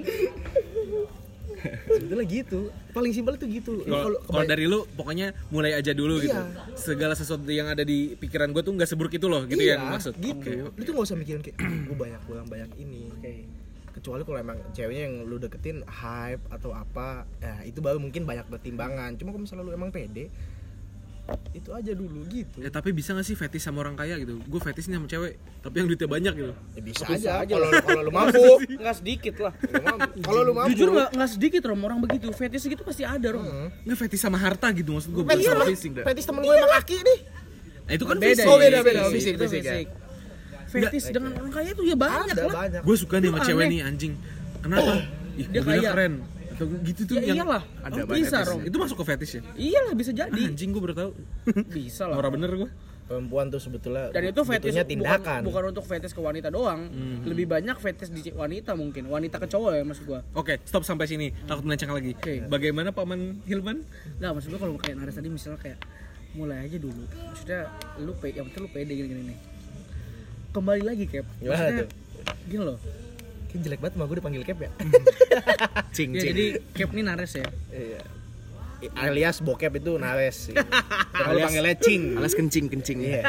Sebetulnya gitu. Paling simpel itu gitu. Lu
Kalau kalau
kebay-
dari lu pokoknya mulai aja dulu gitu.
Iya.
Segala sesuatu yang ada di pikiran gue tuh nggak seburuk itu loh, gitu
iya,
ya maksud.
gitu.
Oke.
Lu tuh gak usah mikirin kayak gue banyak kurang banyak ini.
Oke.
Kecuali kalau emang ceweknya yang lu deketin hype atau apa, ya itu baru mungkin banyak pertimbangan. Cuma kalau misalnya lu emang pede, itu aja dulu gitu.
Ya tapi bisa gak sih fetish sama orang kaya gitu? Gue fetish nih sama cewek, tapi yang duitnya banyak gitu.
Ya bisa,
Bisa
aja.
aja
Kalau
lah.
kalau lu mampu,
Enggak sedikit lah.
Lu mampu. Kalau lu mampu.
Jujur enggak enggak sedikit Rom orang begitu. Fetish gitu pasti ada Rom.
Hmm.
Nggak fetish sama harta gitu maksud gue. Bukan
Fetish
sama
sama
fisik dah.
fetish temen gue emang kaki nih.
Nah, itu kan
Beda
fisik.
Oh, beda, beda.
fisik,
Fisik,
itu
fisik, ya.
Fetish dengan orang kaya tuh ya banyak
Ada
lah.
banyak.
Gue suka nih sama
Lu
cewek
aneh.
nih anjing. Kenapa? Ih,
Dia
mobilnya
kaya.
keren. Atau gitu tuh
Ya
yang
iyalah.
ada
Oh,
banyak
bisa,
fetish.
Rom.
Itu masuk ke fetish ya?
Iyalah bisa
Ah,
jadi.
anjing gue baru tahu.
Bisa lah.
Norak bener gue.
Perempuan tuh sebetulnya
Dan itu fetish
butuhnya
bukan,
tindakan.
bukan untuk fetish ke wanita doang. Lebih banyak fetish di wanita mungkin. Wanita ke cowok ya maksud gua.
Oke, stop sampai sini. Takut melenceng lagi.
Oke.
Bagaimana Paman Hilman?
Nah, maksud gua kalau kayak Nares tadi misalnya kayak mulai aja dulu. Maksudnya lu pe yang penting lu pede gini-gini nih. Kembali lagi Cap.
Gimana
Maksudnya
tuh?
gini loh.
Kayak jelek banget sama gue dipanggil Cap ya.
Cing,
Ya, jadi Cap nih Nares ya.
Iya. Alias bokep itu Nares sih. Kalau
Alias-
panggilnya Cing.
Alas kencing kencing.
Iya.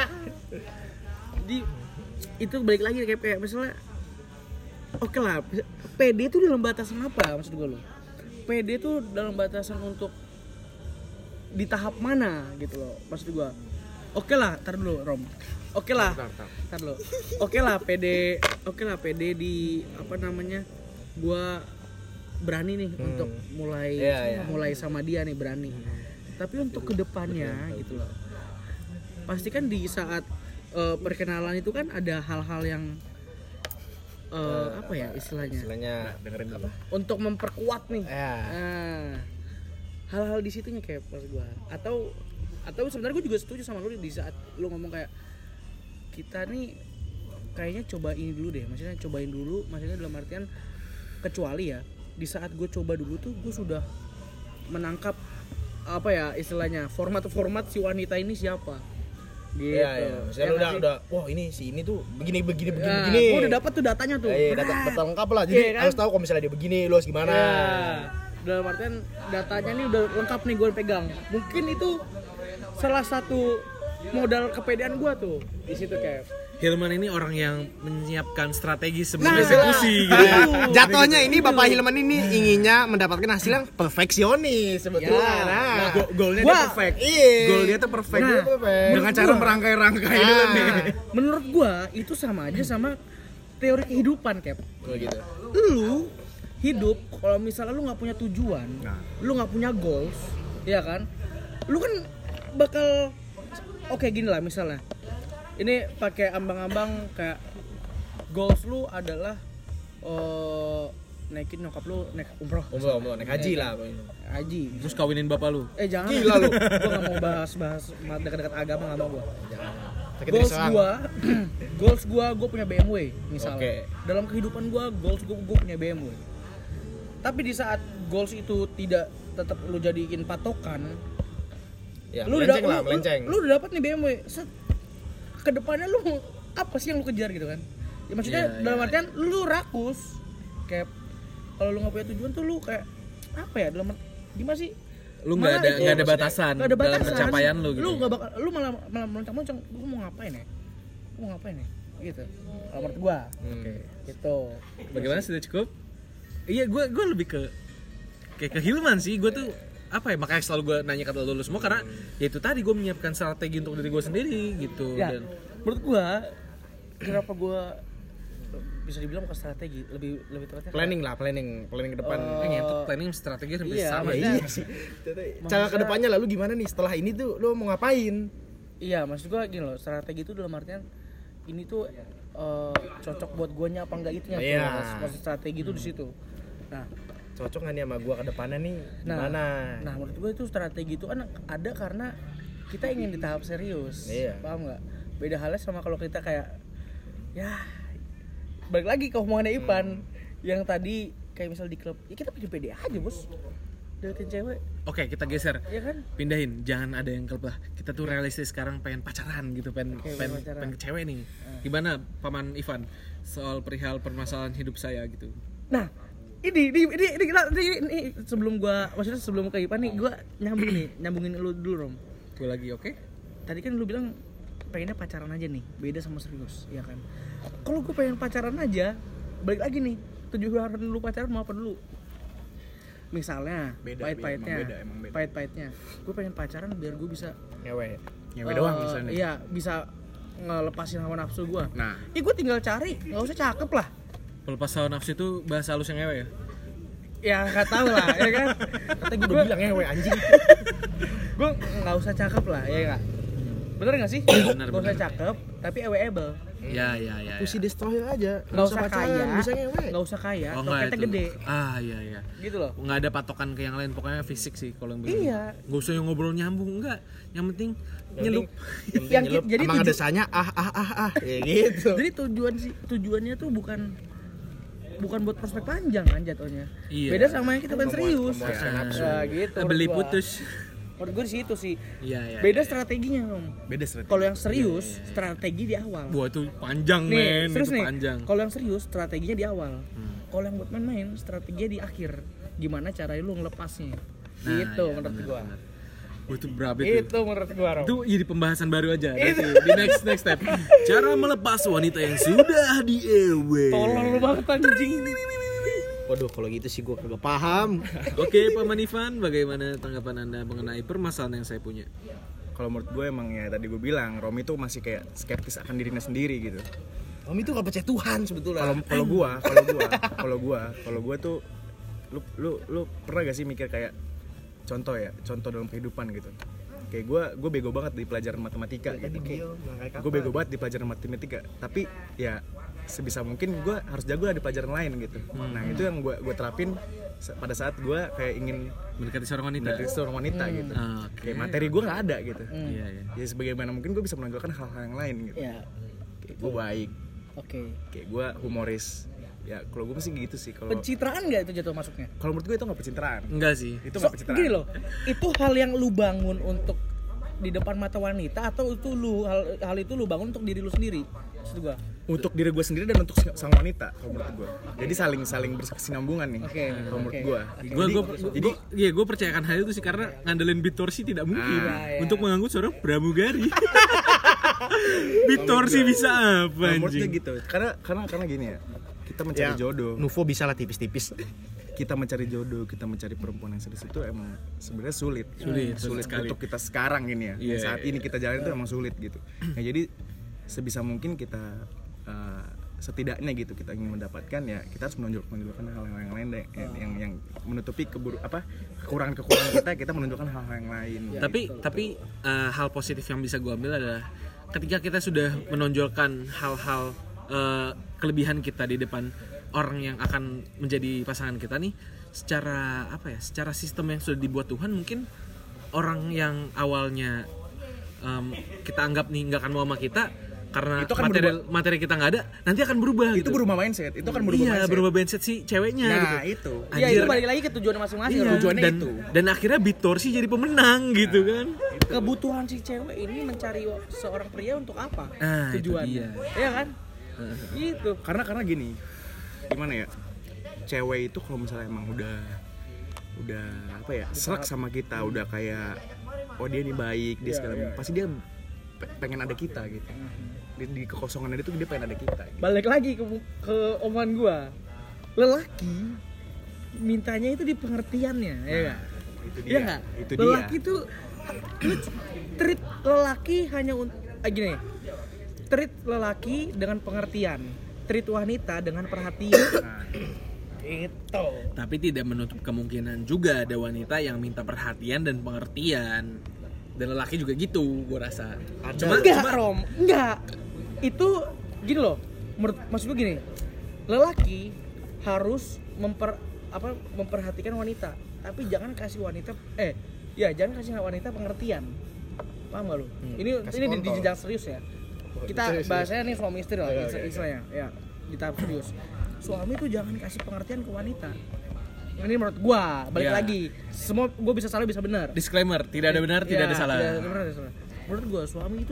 Di itu balik lagi kayak kayak misalnya oke lah, P D itu dalam batasan apa maksud gue lo? P D itu dalam batasan untuk di tahap mana gitu loh maksud gue. Oke lah, tar dulu Rom. Oke lah, tar dulu. Oke lah P D, oke lah P D di apa namanya? Gua berani nih
Hmm.
untuk mulai
Iya, iya.
mulai sama dia nih berani. Tapi untuk kedepannya gitu loh. Pasti kan di saat eh, perkenalan itu kan ada hal-hal yang eh, apa ya istilahnya
Istilahnya dengerin apa?
untuk memperkuat nih.
Ya.
Nah, hal-hal di situnya kayak pas gua atau atau sebenarnya gue juga setuju sama lu di saat lu ngomong kayak kita nih kayaknya coba ini dulu deh, maksudnya cobain dulu, maksudnya dalam artian kecuali ya di saat gue coba dulu tuh gue sudah menangkap apa ya istilahnya format-format si wanita ini siapa gitu.
Iya, iya. Misalnya
Ya
lu udah
nggak sih?
udah wah ini si ini tuh begini begini begini
Nah,
begini.
gue udah dapat tuh datanya tuh.
Iya, data
Nah,
data lengkap lah. Jadi
Iya, kan?
harus tahu kalau misalnya dia begini lu harus gimana.
Ya, dalam artian datanya nih udah lengkap nih gue pegang. Mungkin itu salah satu modal kepedean gue tuh di situ kayak.
Hilman ini orang yang menyiapkan strategi sebelum
Nah,
eksekusi gitu.
Nah, jatuhnya ini Bapak Hilman ini inginnya mendapatkan hasil yang perfeksionis sebetulnya.
Ya.
Nah,
Nah, go- goalnya
Gua-
dia perfect.
Iya.
Goal dia tuh perfect.
Nah,
perfect.
Dengan cara
gua-
merangkai-rangkai dulu
Ah.
nih.
Menurut gue itu sama aja sama teori kehidupan Cap.
Oh, gitu.
Lu hidup kalau misalnya lu nggak punya tujuan,
Nah.
lu nggak punya goals, ya kan? Lu kan bakal oke gini lah misalnya. Ini pakai ambang-ambang kayak goals lu adalah eh naikin nyokap lu naik umroh.
Umroh, umroh, naik haji lah.
Haji.
Terus kawinin bapak lu.
Eh jangan.
Gila lu.
Gua nggak mau bahas-bahas dekat-dekat agama nggak mau gua.
Sakit
Goals
diserang.
gua, goals gua, gua punya B M W misalnya.
Oke.
Dalam kehidupan gua, goals gua, gua punya B M W. Tapi di saat goals itu tidak tetap lu jadiin patokan,
Ya,
lu
melenceng
udah
lah,
lu,
melenceng.
lu, lu udah dapat nih B M W. Set, kedepannya lu mau- apa sih yang lu kejar gitu kan? Ya maksudnya
Iya,
dalam
iya.
artian lu rakus, kayak kalau lu nggak punya tujuan tuh lu kayak apa ya? Dalam art- gimana sih?
Lu nggak
Malah
ada
itu-
nggak ada
maksudnya
batasan
Gak ada
dalam
batasan.
pencapaian lu gitu.
Lu nggak bakal, lu malah malah melonceng-melonceng. Gue mau ngapain ya? Gue mau ngapain ya? Gitu. Kalau menurut gua.
Oke.
Gitu.
Bagaimana sudah cukup? Iya, gue gue lebih ke kayak ke Hilman sih. Gue tuh apa ya, makanya selalu gue nanya ke lu semua karena ya itu tadi gue menyiapkan strategi untuk diri gue sendiri gitu.
Ya,
Dan
menurut gua kenapa gua bisa dibilang bukan strategi, lebih lebih tepatnya
Planning lah, planning, planning ke depan.
Eh,
eh, ngentot planning strategi hampir
iya,
sama.
maksudnya-
Iya.
sih. Cara ke depannya lalu gimana nih setelah ini tuh lu mau ngapain?
Iya, maksud gua gini loh, strategi itu dalam artian ini tuh eh, cocok buat guanya apa enggak itunya.
Iya.
Maksud strategi itu di situ. Nah,
Cocok nggak nih sama gua ke depannya nih?
Nah,
Gimana?
nah menurut gue itu strategi itu kan ada karena kita ingin di tahap serius.
Iya.
Paham nggak? Beda halnya sama kalau kita kayak ya balik lagi ke omongannya Ipan hmm. yang tadi kayak misal di klub, ya kita pede-pede aja bos deketin cewek.
Oke, kita geser.
Iya kan?
Pindahin, jangan ada yang klub lah. Kita tuh realistis sekarang pengen pacaran gitu, pengen
Oke,
pengen,
pacaran.
pengen ke cewek nih. Gimana Paman Ivan soal perihal permasalahan hidup saya gitu?
Nah, ini ini ini, ini, ini, ini sebelum gua maksudnya sebelum ke Ipan nih, gua nyambung nih, nyambungin lu dulu Rom.
Gue lagi oke?
Tadi kan lu bilang pengennya pacaran aja nih, beda sama serius, ya kan? Kalau gue pengen pacaran aja, balik lagi nih, tujuan lu pacaran mau apa dulu? Misalnya,
Beda,
pahit-pahitnya,
emang beda, emang beda.
pahit-pahitnya, gue pengen pacaran biar gue bisa,
Ngewe.
Ngewe
eh,
doang misalnya.
iya bisa ngelepasin hawa nafsu gue.
Nah,
Ih gue tinggal cari, nggak usah cakep lah.
Pelepas hawa nafsu itu bahasa halus yang ngewe ya?
Ya nggak tahu lah, ya kan?
Kata gue udah bilang ngewe anjing.
Gue nggak usah cakep lah, ya nggak? Bener nggak sih?
Bener,
Nggak usah
bener.
cakep, tapi able.
Ya, ya, ya.
Pussy
ya.
destroyer aja.
Nggak usah kaya,
bisa ngewe.
nggak usah kaya,
Oh, enggak
toketnya
itu.
gede,
Ah, iya, iya.
gitu loh.
Nggak ada patokan ke yang lain, pokoknya fisik sih kalau yang begini.
Iya.
Nggak usah yang ngobrol nyambung, enggak. Yang penting nyelup.
Yang,
Yang
nyelup,
jadi
emang ada
tuju-
sanya ah ah ah ah ya gitu.
Jadi tujuan sih tujuannya tuh bukan bukan buat prospek panjang kan jatuhnya.
Iya.
Beda sama yang kita pengen serius.
memuaskan nafsu.
Nah, gitu.
Ah, beli
menurut gua.
putus.
Menurut gue di situ sih.
Iya, iya.
Beda
iya.
strateginya, Om.
beda strategi.
Kalau yang serius, strategi di awal.
Wah, itu panjang,
Nih,
men.
terus
Itu
nih.
panjang.
Kalau yang serius, strateginya di awal.
Hmm.
Kalau yang buat main-main, strateginya di akhir. Gimana cara lu ngelepasnya?
Nah,
gitu
iya,
menurut
bener,
gua.
bener. Wah, itu berapa itu?
Itu menurut gua, Rom.
Itu jadi pembahasan baru aja. Nanti di next next step. Cara melepas wanita yang sudah di-ewe.
Tolol lu banget anjing.
Waduh, kalau gitu sih gue kagak paham.
Oke, Paman Ivan, bagaimana tanggapan Anda mengenai permasalahan yang saya punya?
Kalau menurut gue emang ya tadi gue bilang Romi tuh masih kayak skeptis akan dirinya sendiri gitu.
Om itu gak percaya Tuhan sebetulnya.
Kalau kalau gua, kalau gua, kalau gua, kalau gua tuh lu lu lu pernah gak sih mikir kayak contoh ya, contoh dalam kehidupan gitu. Kayak gua gua bego banget di pelajaran matematika gitu. Gue bego banget di pelajaran matematika, tapi ya sebisa mungkin gue harus jago lah di pelajaran lain gitu.
Hmm.
Nah itu yang gue gue terapin sa- pada saat gue kayak ingin
Mendekati seorang wanita.
mendekati seorang wanita gitu.
Ah, oke.
Kayak materi gue nggak ada gitu.
Iya, iya.
Ya sebagaimana mungkin gue bisa menonjolkan hal-hal yang lain gitu.
Ya,
Kayak gue baik,
oke.
kayak gue humoris. Ya kalau gue sih gitu sih. Kalau
Pencitraan nggak itu jatuh masuknya?
kalau menurut gue itu nggak pencitraan.
Enggak sih.
Itu
So,
nggak pencitraan.
gini loh, itu hal yang lu bangun untuk di depan mata wanita atau itu lu hal, hal itu lu bangun untuk diri lu sendiri? Maksud gua.
Untuk diri gue sendiri dan untuk sang wanita kalau menurut gue. Jadi saling saling berkesinambungan nih.
Oke,
Kalau menurut
oke.
gue.
Gue gue
jadi
iya gue percayakan hal itu sih karena ngandelin Bitorsi tidak mungkin
Ah,
iya.
untuk mengangkut seorang pramugari. Bitorsi bisa apa
kalau menurut gue
anjing?
gitu. Karena karena karena gini ya. Kita mencari
Ya,
jodoh.
Nuvo bisa lah tipis-tipis.
Kita mencari jodoh, kita mencari perempuan yang serius itu emang sebenarnya sulit.
Sulit,
sulit
sulit sekali.
untuk kita sekarang ini ya.
Iya,
Yang saat
iya,
ini kita jalan itu emang sulit gitu. Nah, jadi sebisa mungkin kita uh, setidaknya gitu kita ingin mendapatkan ya kita harus menonjol menonjolkan hal-hal yang lain deh yang, yang yang menutupi keburu apa kekurangan-kekurangan kita kita menunjukkan hal-hal yang lain.
Tapi tapi uh, hal positif yang bisa gue ambil adalah ketika kita sudah menonjolkan hal-hal uh, kelebihan kita di depan orang yang akan menjadi pasangan kita nih, secara apa ya, secara sistem yang sudah dibuat Tuhan, mungkin orang yang awalnya um, kita anggap nih nggak akan mau sama kita karena
Itu akan
materi materi kita nggak ada, nanti akan berubah
Itu
gitu.
berubah mindset, itu kan berubah
Iya,
mindset.
berubah mindset si ceweknya
Nah,
gitu.
itu.
Ya
Anjir.
itu balik lagi ke tujuan masing-masing.
Iya,
Rom.
tujuannya
dan,
itu.
dan akhirnya Bitorsi jadi pemenang gitu kan.
Kebutuhan si cewek ini mencari seorang pria untuk apa?
Ah, itu
Tujuannya.
dia.
Iya kan? Gitu.
Karena karena gini. Gimana ya? Cewek itu kalau misalnya emang udah udah apa ya? Serak sama kita, udah kayak oh dia nih baik, dia segala macam. Pasti dia pe- pengen ada kita gitu. Di, di kekosongan itu dia pengen ada kita. Gitu.
Balik lagi ke ke omongan gua. Lelaki mintanya itu di pengertiannya, ya enggak?
Itu dia.
Iya enggak?
Itu dia.
Lelaki tuh lu treat lelaki hanya untuk eh, gini. Treat lelaki dengan pengertian, treat wanita dengan perhatian.
Nah,
Itu.
Tapi tidak menutup kemungkinan juga ada wanita yang minta perhatian dan pengertian. Dan lelaki juga gitu, gue rasa. Cuma,
enggak,
cuma
Rom. Enggak. Itu gini loh. Menurut maksud gue gini. Lelaki harus memper apa memperhatikan wanita, tapi jangan kasih wanita eh ya jangan kasih wanita pengertian. Paham gak lu?
Hmm.
Ini
Kasih
ini di, di
kontol.
jenjang serius ya. Kita
serius,
bahasanya nih suami istri lah,
Oke,
istilah-
oke,
istilahnya. Ya, di tahap serius. Suami tuh jangan kasih pengertian ke wanita. Ini menurut gua, balik
Ya.
lagi. Semua gua bisa salah bisa benar.
Disclaimer, tidak ada benar, tidak
Ya,
ada salah.
Tidak ada benar, tidak ada salah. Menurut gua suami itu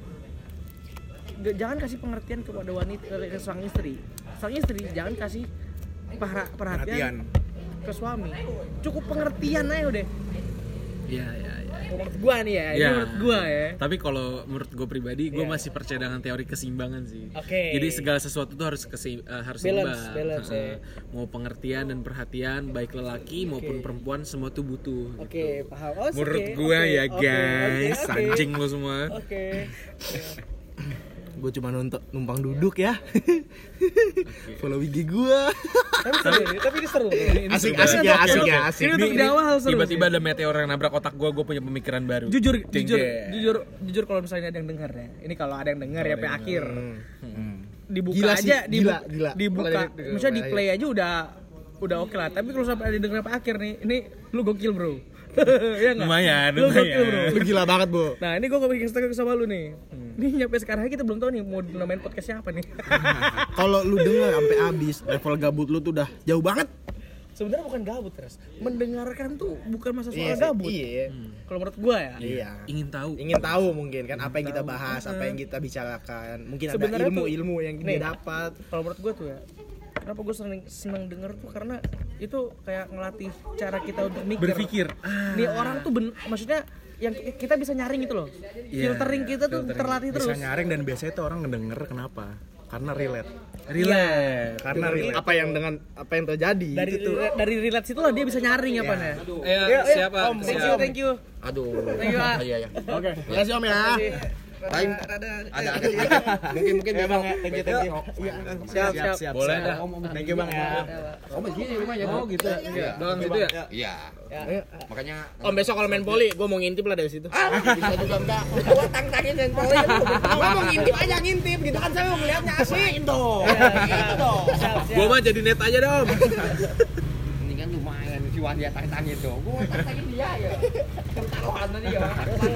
g- jangan kasih pengertian kepada wanita ke sang istri. Sang istri jangan kasih perha- perhatian,
Perhatian.
ke suami. Cukup pengertian aja udah.
Iya, iya, iya.
Menurut gua nih ya, ini
Ya.
menurut gua ya.
Tapi kalau menurut gue pribadi, gue
Iya.
masih percaya dengan teori keseimbangan sih.
Oke.
Jadi segala sesuatu tuh harus keseim, eh, harus
Balance,
seimbang.
balance,
Heeh.
ya.
Mau pengertian dan perhatian, baik lelaki maupun perempuan semua tuh butuh.
Oke, paham. Oh,
Menurut
oke,
gue
oke,
ya
oke,
guys,
oke, oke.
anjing lo semua.
Oke.
Gue cuma nonton numpang duduk ya. Follow I G gue.
Tapi seru, ini, tapi ini seru.
Asik
seru
asik
banget.
ya,
Oke,
asik
oke.
ya, asik.
Ini untuk di awal seru
Tiba-tiba
sih.
ada meteor yang nabrak otak gue, gue punya pemikiran baru.
Jujur,
Jeng,
jujur,
jeng.
jujur, jujur kalau misalnya ada yang denger ya. Ini kalau ada yang denger ya sampai akhir. Dibuka
Gila sih,
aja, dibu-
gila, gila.
dibuka.
Kalau ada-
Misalnya di play aja udah udah oke lah. Tapi kalau sampai ada yang denger sampai akhir nih, ini lu gokil, Bro. Iya enggak?
Lumayan,
Lu gokil,
lumayan.
Bro.
Lu gila banget, Bu.
Nah, ini gue kepikiran sekali sama lu nih. Nih nyampe sekarang aja kita belum tahu nih mau namain podcastnya apa nih.
Kalau lu denger sampai habis, level gabut lu tuh udah jauh banget.
Sebenarnya bukan gabut, Res. Mendengarkan tuh bukan masa soal
Iya sih,
gabut.
iya.
Kalau menurut gua ya.
Iya.
Ingin tahu.
Ingin tahu mungkin kan apa yang kita bahas, apa yang kita bicarakan. Mungkin ada
Sebenarnya tuh-
ilmu-ilmu yang
nih,
dia dapat.
Kalau menurut gue tuh ya, kenapa gue seneng seneng denger tuh karena itu kayak ngelatih cara kita untuk mikir.
Berpikir.
Nih orang tuh ben, maksudnya yang ki- kita bisa nyaring itu loh.
Iya,
Filtering kita tuh terlatih terus.
Bisa nyaring dan biasanya tuh orang ngedenger kenapa? Karena relate.
Relax.
Karena relate.
Apa yang dengan apa yang terjadi
Dari
itu tuh.
dari relate situ lah dia bisa nyaring apa nih.
Ya, siapa?
Om, thank you, thank you.
Aduh.
Thank you, ah.
Iya ya. Oke. Makasih Om ya. Lain ada ada mungkin mungkin ya Bang. Thank you, thank you.
Siap, siap, siap.
Boleh dah.
Thank you Bang ya.
Om begini rumahnya.
Oh gitu. Doang gitu ya?
Iya. Makanya
Om besok kalau main poli, gue mau ngintip lah dari situ. Bisa juga enggak. Gua tang-tangin main poli. Gua mau ngintip aja ngintip gitu kan saya mau ngeliatnya asik dong. Gitu dong.
Gua mah jadi net aja dong.
ini kan lumayan si Wahdi tang-tangin tuh. Gua tang-tangin dia ya. Taruhan tadi ya.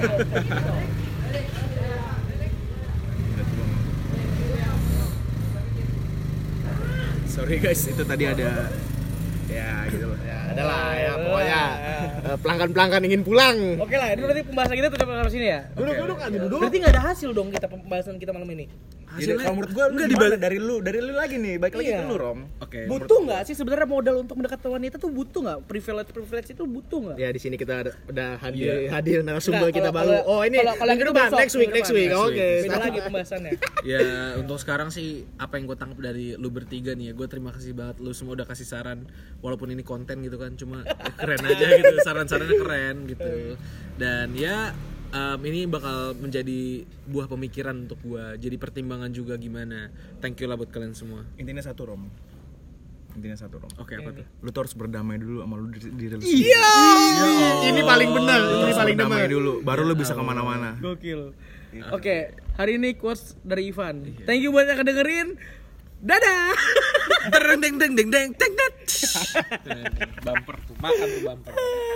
Sorry guys, itu tadi ada ya gitu loh.
Ya, adalah ya pokoknya eh, pelanggan-pelanggan ingin pulang.
Oke lah, ini berarti pembahasan kita tutup sampai sini ya.
Duduk duduk kan duduk.
Berarti nggak ada hasil dong kita pembahasan kita malam ini.
Jadi kalau menurut gua enggak dibalik dari lu, dari lu lagi nih, baik lagi
Iya.
ke lu Rom.
Oke.
Butuh nggak sih sebenarnya modal untuk mendekati wanita tuh butuh nggak? Privilege privilege itu butuh nggak?
Ya di sini kita ada, udah hadir
Iya.
hadir narasumber
Nggak,
kita
kalau-
baru. Oh ini
kalau- kalau
minggu
yang itu
depan,
besok,
next week,
minggu
next
depan.
week.
Next
Oke.
week.
Beda lagi pembahasannya.
Ya untuk sekarang sih apa yang gue tangkap dari lu bertiga nih ya, gue terima kasih banget lu semua udah kasih saran, walaupun ini konten gitu kan, cuma eh, keren aja gitu, saran-sarannya keren gitu. Dan ya um, ini bakal menjadi buah pemikiran untuk gue, jadi pertimbangan juga gimana. Thank you lah buat kalian semua.
Intinya satu Rom. Intinya satu Rom.
Oke, apa tuh?
Lu tuh harus berdamai dulu sama lu diri diri lu.
Iya. Ini paling benar,
Lu
ini
harus
paling
berdamai
benar.
dulu, baru lu bisa kemana-mana.
Gokil. Oke, hari ini quotes dari Ivan. Thank you buat yang dengerin. Dadah.
Deng deng deng deng deng deng. Bumper tuh, makan tuh bumper.